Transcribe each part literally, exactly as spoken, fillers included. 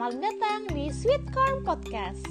Selamat datang di Sweet Corn Podcast.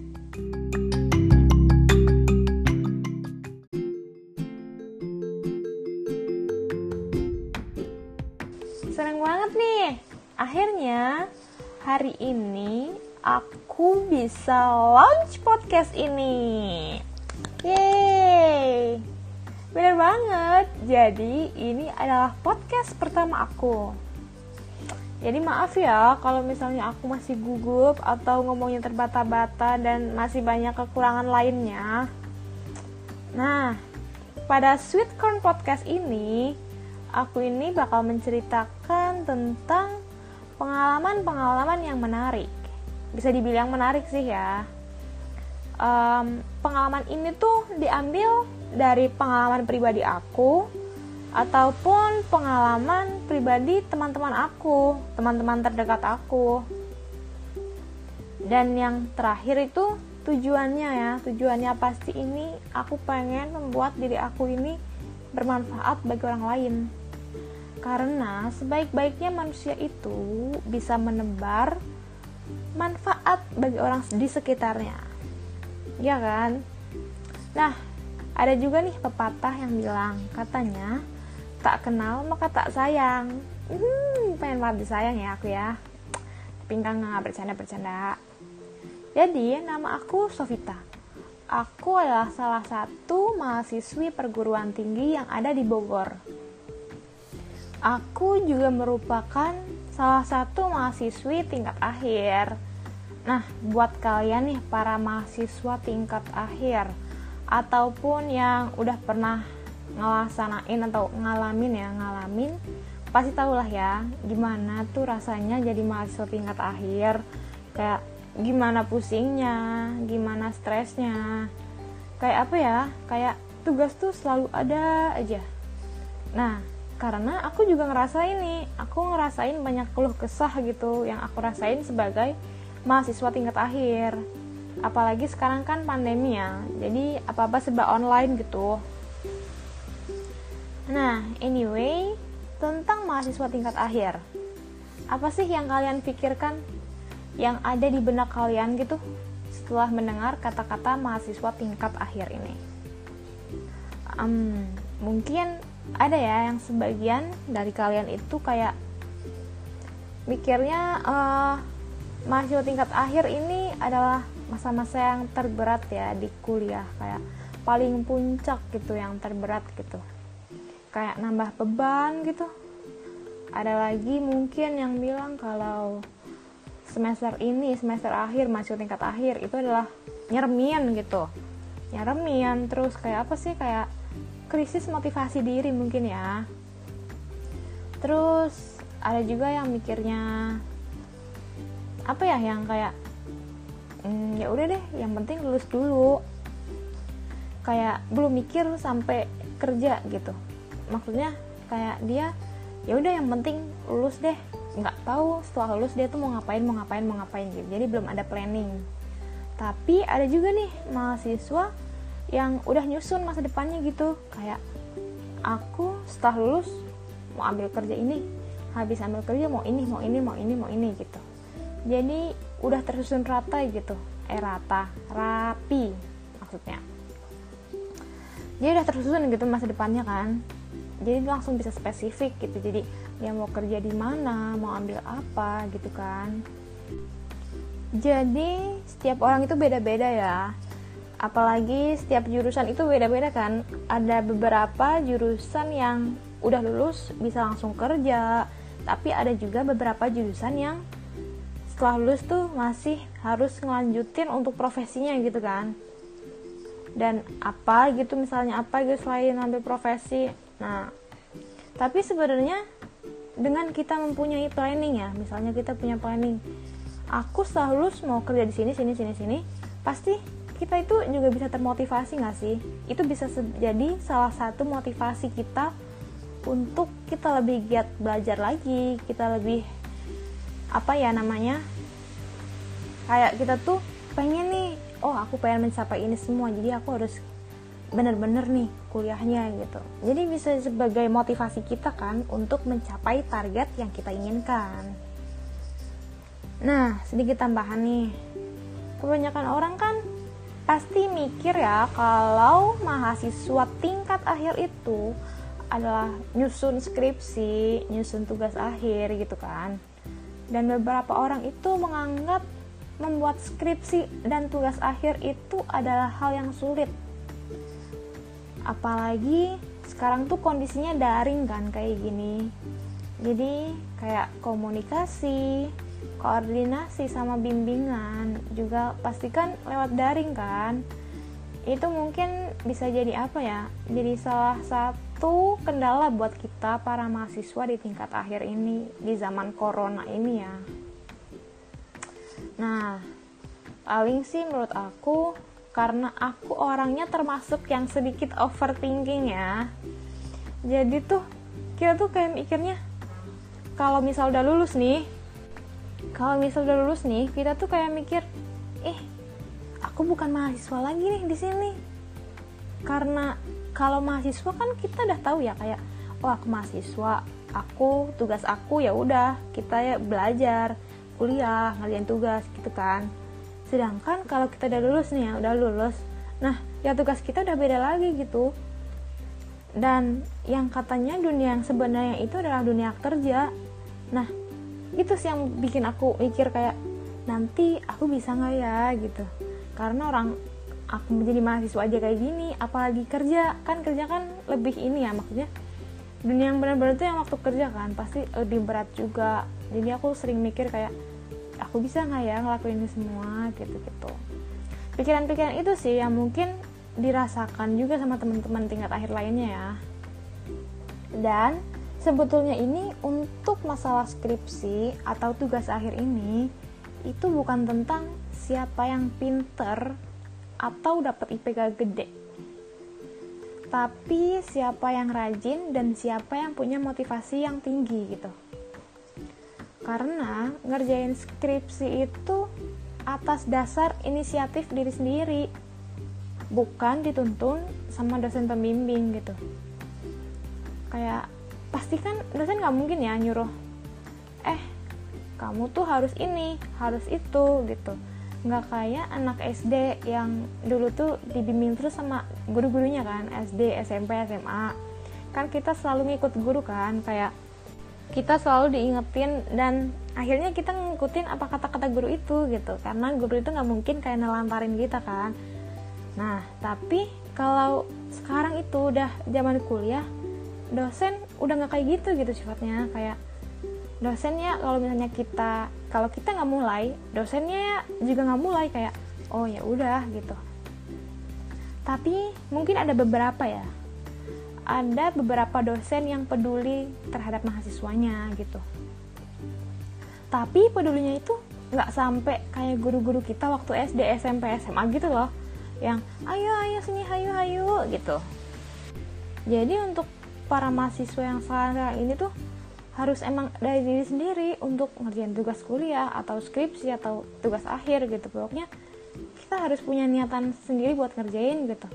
Senang banget nih, akhirnya hari ini aku bisa launch podcast ini. Yeay, bener banget. Jadi ini adalah podcast pertama aku. Jadi maaf ya kalau misalnya aku masih gugup atau ngomongnya terbata-bata dan masih banyak kekurangan lainnya. Nah, pada Sweet Corn Podcast ini, aku ini bakal menceritakan tentang pengalaman-pengalaman yang menarik. Bisa dibilang menarik sih ya. Um, pengalaman ini tuh diambil dari pengalaman pribadi aku ataupun pengalaman pribadi teman-teman aku, teman-teman terdekat aku. Dan yang terakhir itu tujuannya ya, tujuannya pasti ini aku pengen membuat diri aku ini bermanfaat bagi orang lain. Karena sebaik-baiknya manusia itu bisa menebar manfaat bagi orang di sekitarnya. Ya kan? Nah, ada juga nih pepatah yang bilang, katanya tak kenal maka tak sayang. Hmm, pengen banget disayang ya aku ya. Tapi enggak, enggak bercanda-bercanda. Jadi, nama aku Sofita. Aku adalah salah satu mahasiswi perguruan tinggi yang ada di Bogor. Aku juga merupakan salah satu mahasiswi tingkat akhir. Nah, buat kalian nih para mahasiswa tingkat akhir ataupun yang udah pernah ngelaksanain atau ngalamin ya, ngalamin pasti tahulah ya gimana tuh rasanya jadi mahasiswa tingkat akhir. Kayak gimana pusingnya, gimana stresnya, kayak apa ya, kayak tugas tuh selalu ada aja. Nah, karena aku juga ngerasain nih, aku ngerasain banyak keluh kesah gitu yang aku rasain sebagai mahasiswa tingkat akhir. Apalagi sekarang kan pandemi ya, jadi apa-apa serba online gitu. Nah, anyway, tentang mahasiswa tingkat akhir, apa sih yang kalian pikirkan, yang ada di benak kalian gitu setelah mendengar kata-kata mahasiswa tingkat akhir ini? Um, mungkin ada ya yang sebagian dari kalian itu kayak mikirnya uh, mahasiswa tingkat akhir ini adalah masa-masa yang terberat ya di kuliah, kayak paling puncak gitu, yang terberat gitu, kayak nambah beban gitu. Ada lagi mungkin yang bilang kalau semester ini, semester akhir, mahasiswa tingkat akhir itu adalah nyeremin gitu, nyeremin terus kayak apa sih, kayak krisis motivasi diri mungkin ya. Terus ada juga yang mikirnya apa ya, yang kayak hmm, ya udah deh, yang penting lulus dulu, kayak belum mikir sampai kerja gitu. Maksudnya kayak dia ya udah yang penting lulus deh, nggak tahu setelah lulus dia tuh mau ngapain mau ngapain mau ngapain gitu. Jadi belum ada planning. Tapi ada juga nih mahasiswa yang udah nyusun masa depannya gitu, kayak aku setelah lulus mau ambil kerja ini, habis ambil kerja mau ini mau ini mau ini mau ini gitu. Jadi udah tersusun rata gitu, eh rata rapi maksudnya. Jadi udah tersusun gitu masa depannya kan. Jadi langsung bisa spesifik gitu. Jadi dia mau kerja di mana, mau ambil apa gitu kan. Jadi setiap orang itu beda-beda ya. Apalagi setiap jurusan itu beda-beda kan. Ada beberapa jurusan yang udah lulus bisa langsung kerja, tapi ada juga beberapa jurusan yang setelah lulus tuh masih harus ngelanjutin untuk profesinya gitu kan. Dan apa gitu, misalnya apa gitu selain ambil profesi. Nah, tapi sebenarnya dengan kita mempunyai planning ya, misalnya kita punya planning, aku setelah lulus mau kerja di sini, sini, sini, sini, pasti kita itu juga bisa termotivasi nggak sih? Itu bisa jadi salah satu motivasi kita untuk kita lebih giat belajar lagi, kita lebih apa ya namanya, kayak kita tuh pengen nih, oh aku pengen mencapai ini semua, jadi aku harus bener-bener nih kuliahnya gitu. Jadi bisa sebagai motivasi kita kan untuk mencapai target yang kita inginkan. Nah, sedikit tambahan nih. Kebanyakan orang kan pasti mikir ya kalau mahasiswa tingkat akhir itu adalah nyusun skripsi, nyusun tugas akhir gitu kan. Dan beberapa orang itu menganggap membuat skripsi dan tugas akhir itu adalah hal yang sulit. Apalagi sekarang tuh kondisinya daring kan kayak gini. Jadi kayak komunikasi, koordinasi sama bimbingan juga pastikan lewat daring kan. Itu mungkin bisa jadi apa ya? Jadi salah satu kendala buat kita para mahasiswa di tingkat akhir ini di zaman corona ini ya. Nah, paling sih menurut aku karena aku orangnya termasuk yang sedikit overthinking ya. Jadi tuh kita tuh kayak mikirnya kalau misal udah lulus nih, kalau misal udah lulus nih, kita tuh kayak mikir, eh, aku bukan mahasiswa lagi nih di sini. Karena kalau mahasiswa kan kita udah tahu ya kayak, oh aku mahasiswa, aku tugas aku ya udah kita ya belajar, kuliah, ngerjain tugas gitu kan. Sedangkan kalau kita udah lulus nih ya, udah lulus, nah ya tugas kita udah beda lagi gitu. Dan yang katanya dunia yang sebenarnya itu adalah dunia kerja. Nah itu sih yang bikin aku mikir kayak nanti aku bisa nggak ya gitu. Karena orang aku menjadi mahasiswa aja kayak gini, apalagi kerja kan kerja kan lebih ini ya, maksudnya dunia yang benar-benar itu yang waktu kerja kan pasti lebih berat juga. Jadi aku sering mikir kayak aku bisa nggak ya ngelakuin ini semua gitu-gitu. Pikiran-pikiran itu sih yang mungkin dirasakan juga sama teman-teman tingkat akhir lainnya ya. Dan sebetulnya ini untuk masalah skripsi atau tugas akhir ini itu bukan tentang siapa yang pinter atau dapat I P K gede, tapi siapa yang rajin dan siapa yang punya motivasi yang tinggi gitu. Karena ngerjain skripsi itu atas dasar inisiatif diri sendiri, bukan dituntun sama dosen pembimbing gitu. Kayak pasti kan dosen nggak mungkin ya nyuruh, eh kamu tuh harus ini, harus itu gitu. Nggak kayak anak S D yang dulu tuh dibimbing terus sama guru-gurunya kan, S D, S M P, S M A. Kan kita selalu ngikut guru kan, kayak kita selalu diingetin dan akhirnya kita ngikutin apa kata-kata guru itu gitu. Karena guru itu nggak mungkin kayak nelantarin kita kan. Nah, tapi kalau sekarang itu udah zaman kuliah, dosen udah nggak kayak gitu gitu sifatnya. Kayak dosennya kalau misalnya kita kalau kita nggak mulai, dosennya juga nggak mulai, kayak oh ya udah gitu. Tapi mungkin ada beberapa ya, ada beberapa dosen yang peduli terhadap mahasiswanya gitu. Tapi pedulinya itu nggak sampai kayak guru-guru kita waktu S D, S M P, S M A gitu loh, yang ayo ayo sini hayu hayu gitu. Jadi untuk para mahasiswa yang sekarang ini tuh harus emang dari diri sendiri untuk ngerjain tugas kuliah atau skripsi atau tugas akhir gitu. Pokoknya kita harus punya niatan sendiri buat ngerjain gitu.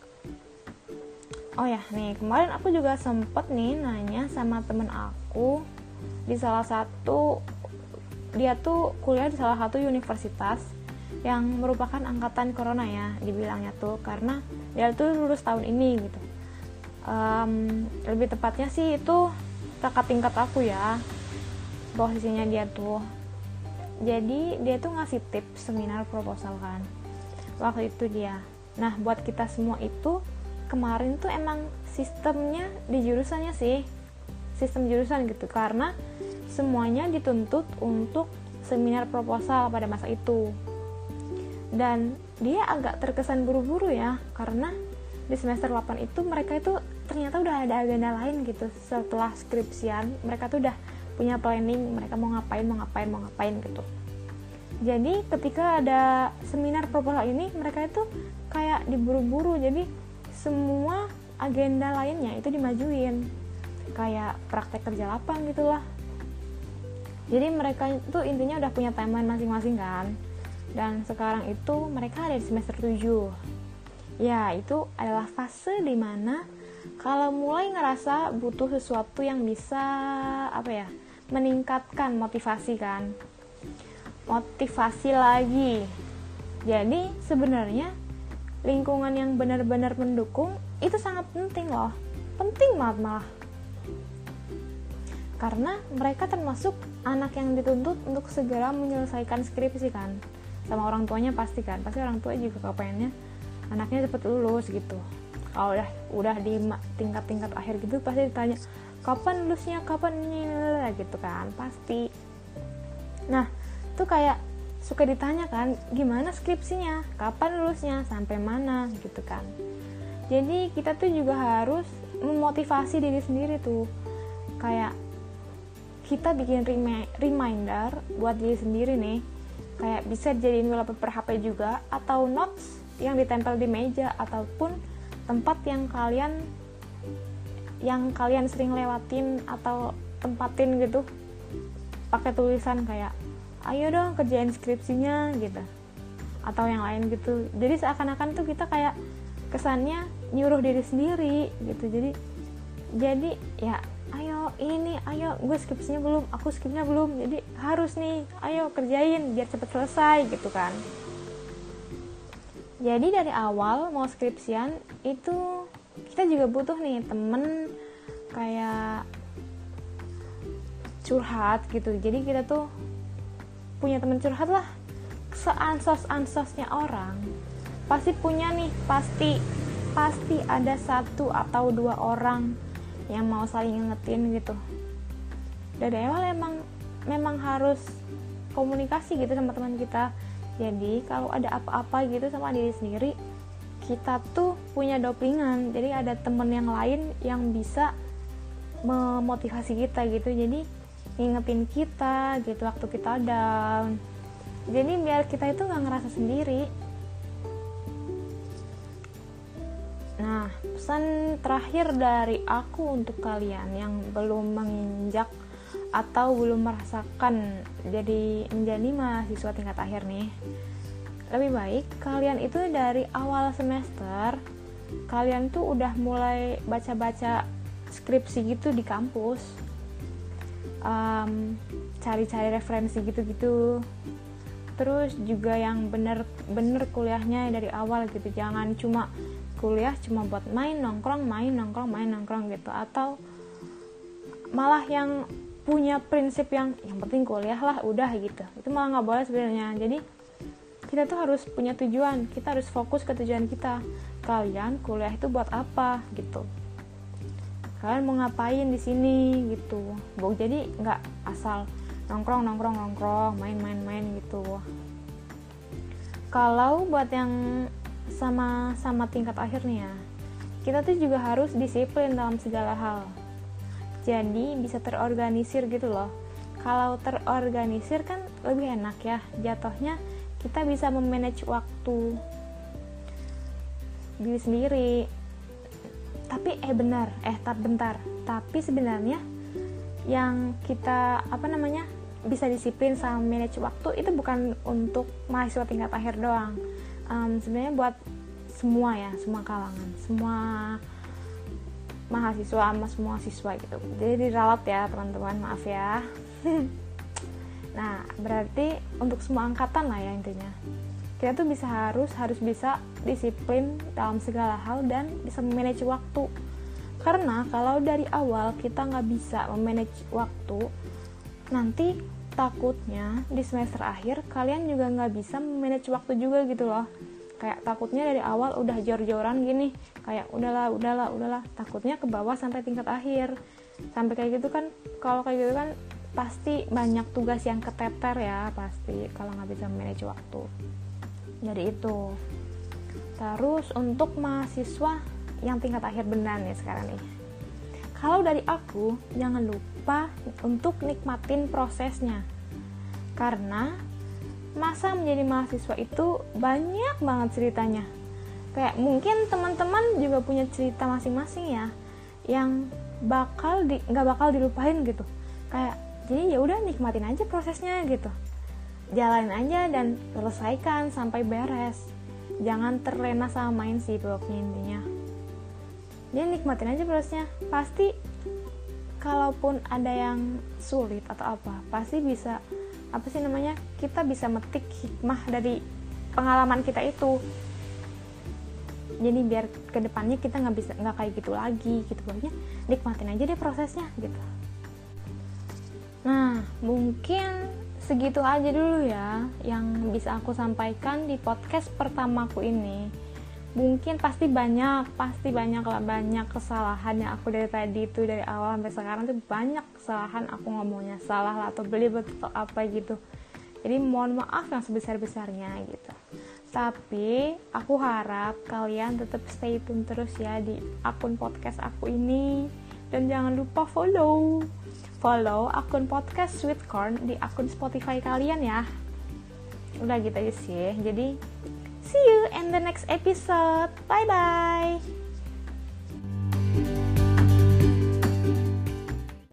Oh ya nih, kemarin aku juga sempet nih nanya sama temen aku di salah satu, dia tuh kuliah di salah satu universitas yang merupakan angkatan corona ya dibilangnya tuh, karena dia tuh lulus tahun ini gitu. Um, lebih tepatnya sih itu kakak tingkat aku ya posisinya dia tuh. Jadi dia tuh ngasih tips seminar proposal kan waktu itu dia. Nah buat kita semua itu kemarin tuh emang sistemnya di jurusannya sih, sistem jurusan gitu, karena semuanya dituntut untuk seminar proposal pada masa itu. Dan dia agak terkesan buru-buru ya, karena di semester delapan itu mereka itu ternyata udah ada agenda lain gitu. Setelah skripsian mereka tuh udah punya planning, mereka mau ngapain, mau ngapain, mau ngapain gitu. Jadi ketika ada seminar proposal ini mereka itu kayak diburu-buru, jadi semua agenda lainnya itu dimajuin, kayak praktek kerja lapang gitulah. Jadi mereka itu intinya udah punya timeline masing-masing kan. Dan sekarang itu mereka ada di semester tujuh. Ya itu adalah fase dimana kalau mulai ngerasa butuh sesuatu yang bisa apa ya meningkatkan motivasi kan. motivasi lagi. Jadi sebenarnya lingkungan yang benar-benar mendukung itu sangat penting loh, penting banget malah. Karena mereka termasuk anak yang dituntut untuk segera menyelesaikan skripsi kan, sama orang tuanya pasti kan, pasti orang tua juga kepengennya anaknya cepat lulus gitu. Kalau udah udah di tingkat-tingkat akhir gitu pasti ditanya kapan lulusnya, kapan ini gitu kan, pasti. Nah tuh kayak suka ditanya kan, gimana skripsinya, kapan lulusnya, sampai mana gitu kan. Jadi kita tuh juga harus memotivasi diri sendiri tuh, kayak kita bikin reminder buat diri sendiri nih, kayak bisa jadiin wallpaper H P juga, atau notes yang ditempel di meja, ataupun tempat yang kalian yang kalian sering lewatin atau tempatin gitu, pakai tulisan kayak ayo dong kerjain skripsinya gitu, atau yang lain gitu. Jadi seakan-akan tuh kita kayak kesannya nyuruh diri sendiri gitu. Jadi jadi ya ayo ini, ayo gue skripsinya belum, aku skripsinya belum, jadi harus nih, ayo kerjain biar cepet selesai gitu kan. Jadi dari awal mau skripsian itu kita juga butuh nih temen kayak curhat gitu. Jadi kita tuh punya temen curhat lah, seansos-ansosnya orang pasti punya nih, pasti pasti ada satu atau dua orang yang mau saling ngingetin gitu. Dari awal emang memang harus komunikasi gitu sama teman kita. Jadi kalau ada apa-apa gitu sama diri sendiri, kita tuh punya dopingan, jadi ada temen yang lain yang bisa memotivasi kita gitu, jadi ngingetin kita gitu waktu kita down. Jadi biar kita itu gak ngerasa sendiri. Nah, pesan terakhir dari aku untuk kalian yang belum menginjak atau belum merasakan jadi menjadi mahasiswa tingkat akhir nih, lebih baik kalian itu dari awal semester kalian tuh udah mulai baca-baca skripsi gitu di kampus, um, cari-cari referensi gitu-gitu. Terus juga yang bener-bener kuliahnya dari awal gitu, jangan cuma kuliah cuma buat main nongkrong main nongkrong main nongkrong gitu, atau malah yang punya prinsip yang yang penting kuliah lah udah gitu, itu malah nggak boleh sebenarnya. Jadi kita tuh harus punya tujuan, kita harus fokus ke tujuan kita. Kalian kuliah itu buat apa gitu, kalian mau ngapain di sini gitu. Bau jadi nggak asal nongkrong nongkrong nongkrong main main main gitu. Kalau buat yang sama sama tingkat akhir nih ya, kita tuh juga harus disiplin dalam segala hal, jadi bisa terorganisir gitu loh. Kalau terorganisir kan lebih enak ya jatuhnya, kita bisa memanage waktu diri sendiri. Tapi eh benar eh tar bentar tapi sebenarnya yang kita apa namanya bisa disiplin sama manage waktu itu bukan untuk mahasiswa tingkat akhir doang, um, sebenarnya buat semua ya, semua kalangan, semua mahasiswa sama semua siswa gitu. Jadi diralat ya teman-teman, maaf ya. Nah berarti untuk semua angkatan lah ya intinya, kita tuh bisa harus harus bisa disiplin dalam segala hal dan bisa memanage waktu. Karena kalau dari awal kita nggak bisa memanage waktu, nanti takutnya di semester akhir kalian juga nggak bisa memanage waktu juga gitu loh. Kayak takutnya dari awal udah jor-joran gini, kayak udahlah udahlah udahlah takutnya ke bawah sampai tingkat akhir. Sampai kayak gitu kan, kalau kayak gitu kan pasti banyak tugas yang keteter ya, pasti kalau nggak bisa manage waktu. Jadi itu. Terus untuk mahasiswa yang tingkat akhir beneran nih sekarang nih, kalau dari aku jangan lupa untuk nikmatin prosesnya, karena masa menjadi mahasiswa itu banyak banget ceritanya. Kayak mungkin teman-teman juga punya cerita masing-masing ya, yang bakal di nggak bakal dilupain gitu. Kayak jadi ya udah nikmatin aja prosesnya gitu, jalanin aja dan selesaikan sampai beres. Jangan terlena sama main sih pokoknya intinya. Jadi nikmatin aja prosesnya. Pasti kalaupun ada yang sulit atau apa, pasti bisa apa sih namanya, kita bisa metik hikmah dari pengalaman kita itu. Jadi biar kedepannya kita nggak bisa nggak kayak gitu lagi gitu, pokoknya nikmatin aja deh prosesnya gitu. Nah mungkin segitu aja dulu ya yang bisa aku sampaikan di podcast pertamaku ini. Mungkin pasti banyak pasti banyak lah banyak kesalahan yang aku dari tadi itu, dari awal sampai sekarang tuh banyak kesalahan, aku ngomongnya salah lah atau belibet atau apa gitu. Jadi mohon maaf yang sebesar-besarnya gitu. Tapi aku harap kalian tetap stay tune terus ya di akun podcast aku ini. Dan jangan lupa follow Follow akun podcast Sweet Corn di akun Spotify kalian ya. Udah gitu aja sih. Jadi see you in the next episode. Bye bye.